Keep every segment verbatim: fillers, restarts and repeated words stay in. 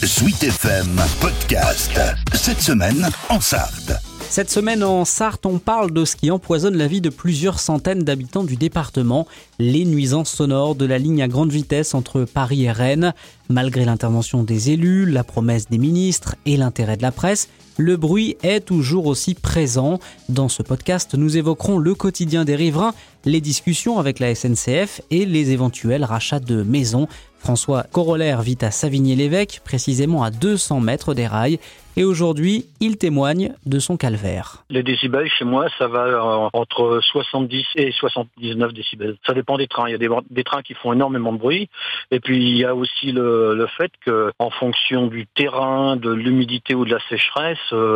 Sweet F M Podcast. Cette semaine en Sarthe. Cette semaine en Sarthe, on parle de ce qui empoisonne la vie de plusieurs centaines d'habitants du département, les nuisances sonores de la ligne à grande vitesse entre Paris et Rennes. Malgré l'intervention des élus, la promesse des ministres et l'intérêt de la presse, le bruit est toujours aussi présent. Dans ce podcast, nous évoquerons le quotidien des riverains, les discussions avec la S N C F et les éventuels rachats de maisons. François Corollaire vit à Savigny-l'Évêque, précisément à deux cents mètres des rails. Et aujourd'hui, il témoigne de son calvaire. Les décibels, chez moi, ça va entre soixante-dix et soixante-dix-neuf décibels. Ça dépend des trains. Il y a des, des trains qui font énormément de bruit. Et puis, il y a aussi le, le fait qu'en fonction du terrain, de l'humidité ou de la sécheresse, euh,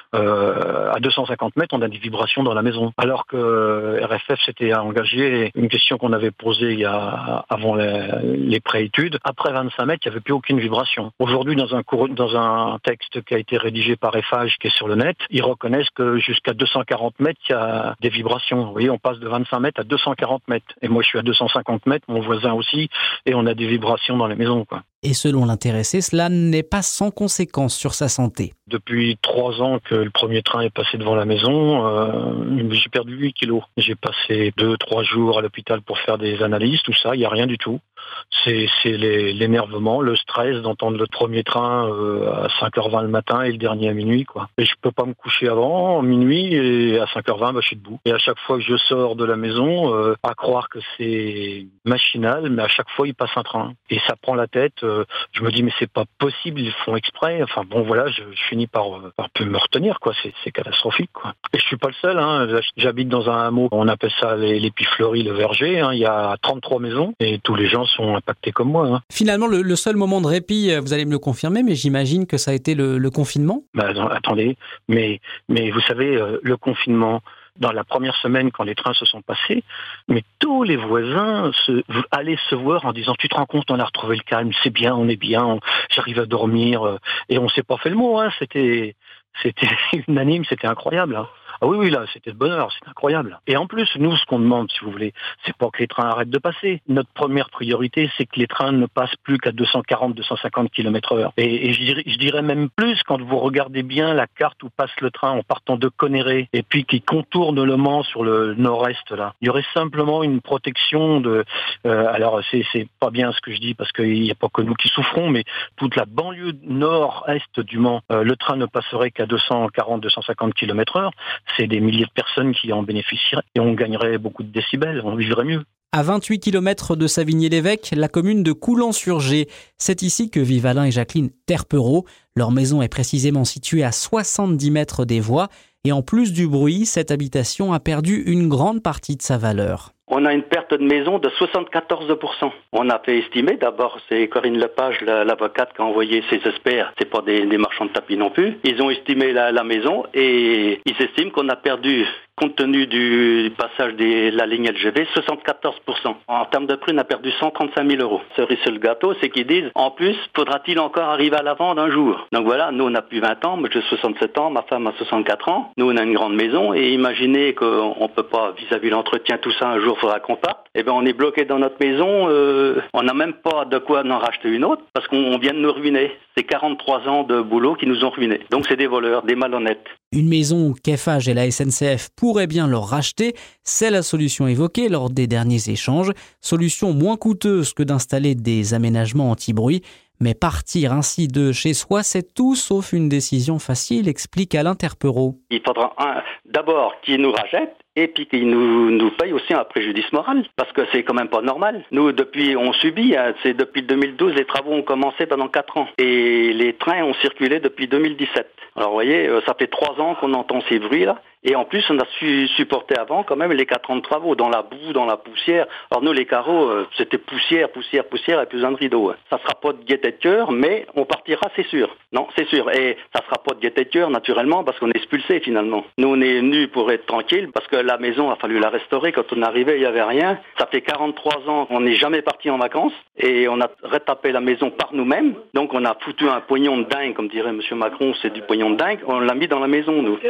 euh, à deux cent cinquante mètres, on a des vibrations dans la maison. Alors que R F F s'était engagé, une question qu'on avait posée il y a, avant les, les préétudes, après vingt-cinq mètres, il n'y avait plus aucune vibration. Aujourd'hui, dans un, cour, dans un texte qui a été rédigé par Eiffage, qui est sur le net, ils reconnaissent que jusqu'à deux cent quarante mètres, il y a des vibrations. Vous voyez, on passe de vingt-cinq mètres à deux cent quarante mètres. Et moi, je suis à deux cent cinquante mètres, mon voisin aussi, et on a des vibrations dans les maisons, quoi. Et selon l'intéressé, cela n'est pas sans conséquence sur sa santé. Depuis trois ans que le premier train est passé devant la maison, euh, j'ai perdu huit kilos. J'ai passé deux, trois jours à l'hôpital pour faire des analyses, tout ça, il n'y a rien du tout. C'est, c'est les, l'énervement, le stress d'entendre le premier train euh, à cinq heures vingt le matin et le dernier à minuit, quoi. Et je peux pas me coucher avant, minuit, et à cinq heures vingt, bah, je suis debout. Et à chaque fois que je sors de la maison, euh, à croire que c'est machinal, mais à chaque fois il passe un train. Et ça prend la tête, euh, je me dis mais c'est pas possible, ils font exprès. Enfin bon voilà, je, je finis par, euh, par peu me retenir, quoi. C'est, c'est catastrophique, quoi. Et je suis pas le seul, hein. J'habite dans un hameau, on appelle ça les, les Pifleries, le Verger, hein. Il y a trente-trois maisons et tous les gens sont impactés comme moi, hein. Finalement, le, le seul moment de répit, vous allez me le confirmer, mais j'imagine que ça a été le, le confinement. Bah, non, attendez, mais, mais vous savez, euh, le confinement, dans la première semaine, quand les trains se sont passés, mais tous les voisins se, allaient se voir en disant « Tu te rends compte, on a retrouvé le calme, c'est bien, on est bien, on, j'arrive à dormir. Euh, » Et on s'est pas fait le mot, hein, c'était, c'était unanime, c'était incroyable, hein. Ah oui, oui, là, c'était de bonheur, c'est incroyable. Et en plus, nous, ce qu'on demande, si vous voulez, c'est pas que les trains arrêtent de passer. Notre première priorité, c'est que les trains ne passent plus qu'à deux cent quarante à deux cent cinquante kilomètres heure. Et, et je, dirais, je dirais même plus, quand vous regardez bien la carte où passe le train en partant de Conneret, et puis qui contourne Le Mans sur le nord-est, là, il y aurait simplement une protection de... Euh, alors, c'est, c'est pas bien ce que je dis, parce qu'il n'y a pas que nous qui souffrons, mais toute la banlieue nord-est du Mans, euh, le train ne passerait qu'à deux cent quarante à deux cent cinquante kilomètres heure. C'est des milliers de personnes qui en bénéficieraient et on gagnerait beaucoup de décibels, on vivrait mieux. À vingt-huit kilomètres de Savigny-l'Évêque, la commune de Coulan-sur-Gé. C'est ici que vivent Alain et Jacqueline Terpereau. Leur maison est précisément située à soixante-dix mètres des voies. Et en plus du bruit, cette habitation a perdu une grande partie de sa valeur. On a une perte de maison de soixante-quatorze pour cent. On a fait estimer, d'abord c'est Corinne Lepage, la, l'avocate, qui a envoyé ses experts, c'est pas des, des marchands de tapis non plus. Ils ont estimé la, la maison et ils estiment qu'on a perdu, compte tenu du passage de la ligne L G V, soixante-quatorze pour cent. En termes de prix, on a perdu cent trente-cinq mille euros. Cerise sur le gâteau, c'est qu'ils disent, en plus, faudra-t-il encore arriver à la vente un jour? Donc voilà, nous on a plus vingt ans, moi j'ai soixante-sept ans, ma femme a soixante-quatre ans. Nous on a une grande maison et imaginez qu'on peut pas, vis-à-vis l'entretien, tout ça, un jour faudra qu'on parte. Eh bien on est bloqué dans notre maison, euh, on n'a même pas de quoi en racheter une autre parce qu'on vient de nous ruiner. C'est quarante-trois ans de boulot qui nous ont ruinés. Donc c'est des voleurs, des malhonnêtes. Une maison qu'Eiffage et la S N C F pourraient bien leur racheter, c'est la solution évoquée lors des derniers échanges. Solution moins coûteuse que d'installer des aménagements anti-bruit. Mais partir ainsi de chez soi, c'est tout sauf une décision facile, explique Alain Terpereau. Il faudra un, d'abord qu'ils nous rachètent et puis qu'ils nous, nous payent aussi un préjudice moral. Parce que c'est quand même pas normal. Nous, depuis, on subit, hein, c'est depuis deux mille douze, les travaux ont commencé pendant quatre ans. Et les trains ont circulé depuis deux mille dix-sept. Alors vous voyez, ça fait trois ans qu'on entend ces bruits-là. Et en plus, on a su supporter avant quand même les quatre ans de travaux, dans la boue, dans la poussière. Alors nous, les carreaux, euh, c'était poussière, poussière, poussière et plus un rideau. Hein. Ça sera pas de gaieté de cœur, mais on partira, c'est sûr. Non, c'est sûr. Et ça sera pas de gaieté de cœur, naturellement, parce qu'on est expulsé finalement. Nous, on est venus pour être tranquille, parce que la maison, a fallu la restaurer. Quand on arrivait, il y avait rien. Ça fait quarante-trois ans qu'on n'est jamais parti en vacances. Et on a retapé la maison par nous-mêmes. Donc on a foutu un pognon de dingue, comme dirait Monsieur Macron, c'est du pognon de dingue. On l'a mis dans la maison, nous.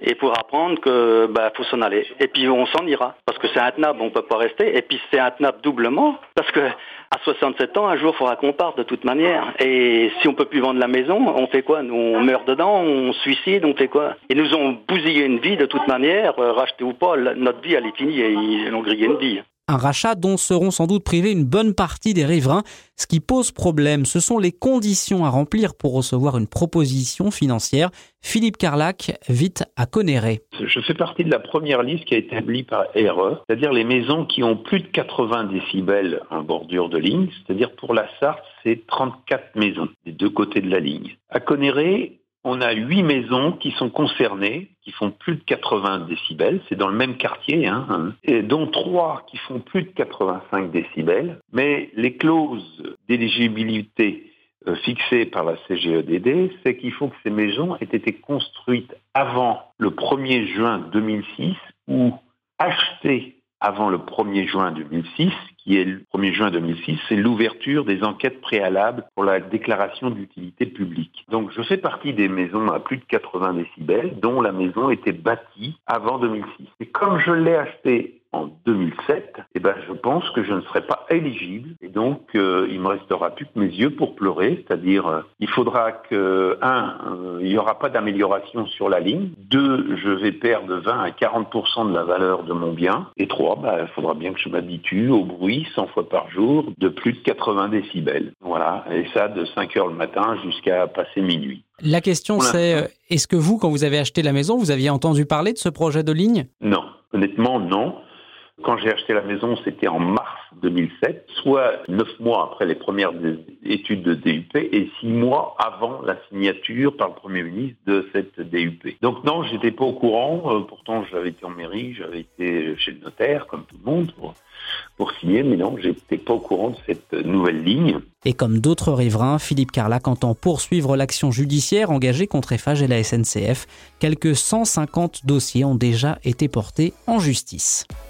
et pour apprendre que bah faut s'en aller. Et puis on s'en ira parce que c'est intenable, on peut pas rester. Et puis c'est intenable doublement parce que à soixante-sept ans, un jour, il faudra qu'on parte de toute manière. Et si on peut plus vendre la maison, on fait quoi? Nous, on meurt dedans, on se suicide, on fait quoi? Ils nous ont bousillé une vie de toute manière, euh, racheté ou pas, notre vie elle est finie et ils ont grillé une vie. Un rachat dont seront sans doute privés une bonne partie des riverains. Ce qui pose problème, ce sont les conditions à remplir pour recevoir une proposition financière. Philippe Carlac vit à Connerré. Je fais partie de la première liste qui a été établie par R E, c'est-à-dire les maisons qui ont plus de quatre-vingts décibels en bordure de ligne, c'est-à-dire pour la Sarthe, c'est trente-quatre maisons des deux côtés de la ligne. À Conneré, on a huit maisons qui sont concernées, qui font plus de quatre-vingts décibels, c'est dans le même quartier, hein, et dont trois qui font plus de quatre-vingt-cinq décibels, mais les clauses d'éligibilité euh, fixées par la C G E D D, c'est qu'il faut que ces maisons aient été construites avant le premier juin deux mille six ou achetées avant le premier juin deux mille six, qui est le premier juin deux mille six, c'est l'ouverture des enquêtes préalables pour la déclaration d'utilité publique. Donc je fais partie des maisons à plus de quatre-vingts décibels, dont la maison était bâtie avant deux mille six. Et comme je l'ai achetée en deux mille sept, eh ben, je pense que je ne serai pas éligible. Et donc, euh, il me restera plus que mes yeux pour pleurer. C'est-à-dire, euh, il faudra que, un, euh, il n'y aura pas d'amélioration sur la ligne. Deux, je vais perdre vingt à quarante pour cent de la valeur de mon bien. Et trois, bah, il faudra bien que je m'habitue au bruit cent fois par jour de plus de quatre-vingts décibels. Voilà. Et ça, de cinq heures le matin jusqu'à passer minuit. La question, c'est, est-ce que vous, quand vous avez acheté la maison, vous aviez entendu parler de ce projet de ligne? Non. Honnêtement, non. Quand j'ai acheté la maison, c'était en mars deux mille sept, soit neuf mois après les premières études de D U P et six mois avant la signature par le Premier ministre de cette D U P. Donc non, j'étais pas au courant. Pourtant, j'avais été en mairie, j'avais été chez le notaire, comme tout le monde, pour, pour signer. Mais non, j'étais pas au courant de cette nouvelle ligne. Et comme d'autres riverains, Philippe Carlac entend poursuivre l'action judiciaire engagée contre Eiffage et la S N C F. Quelques cent cinquante dossiers ont déjà été portés en justice.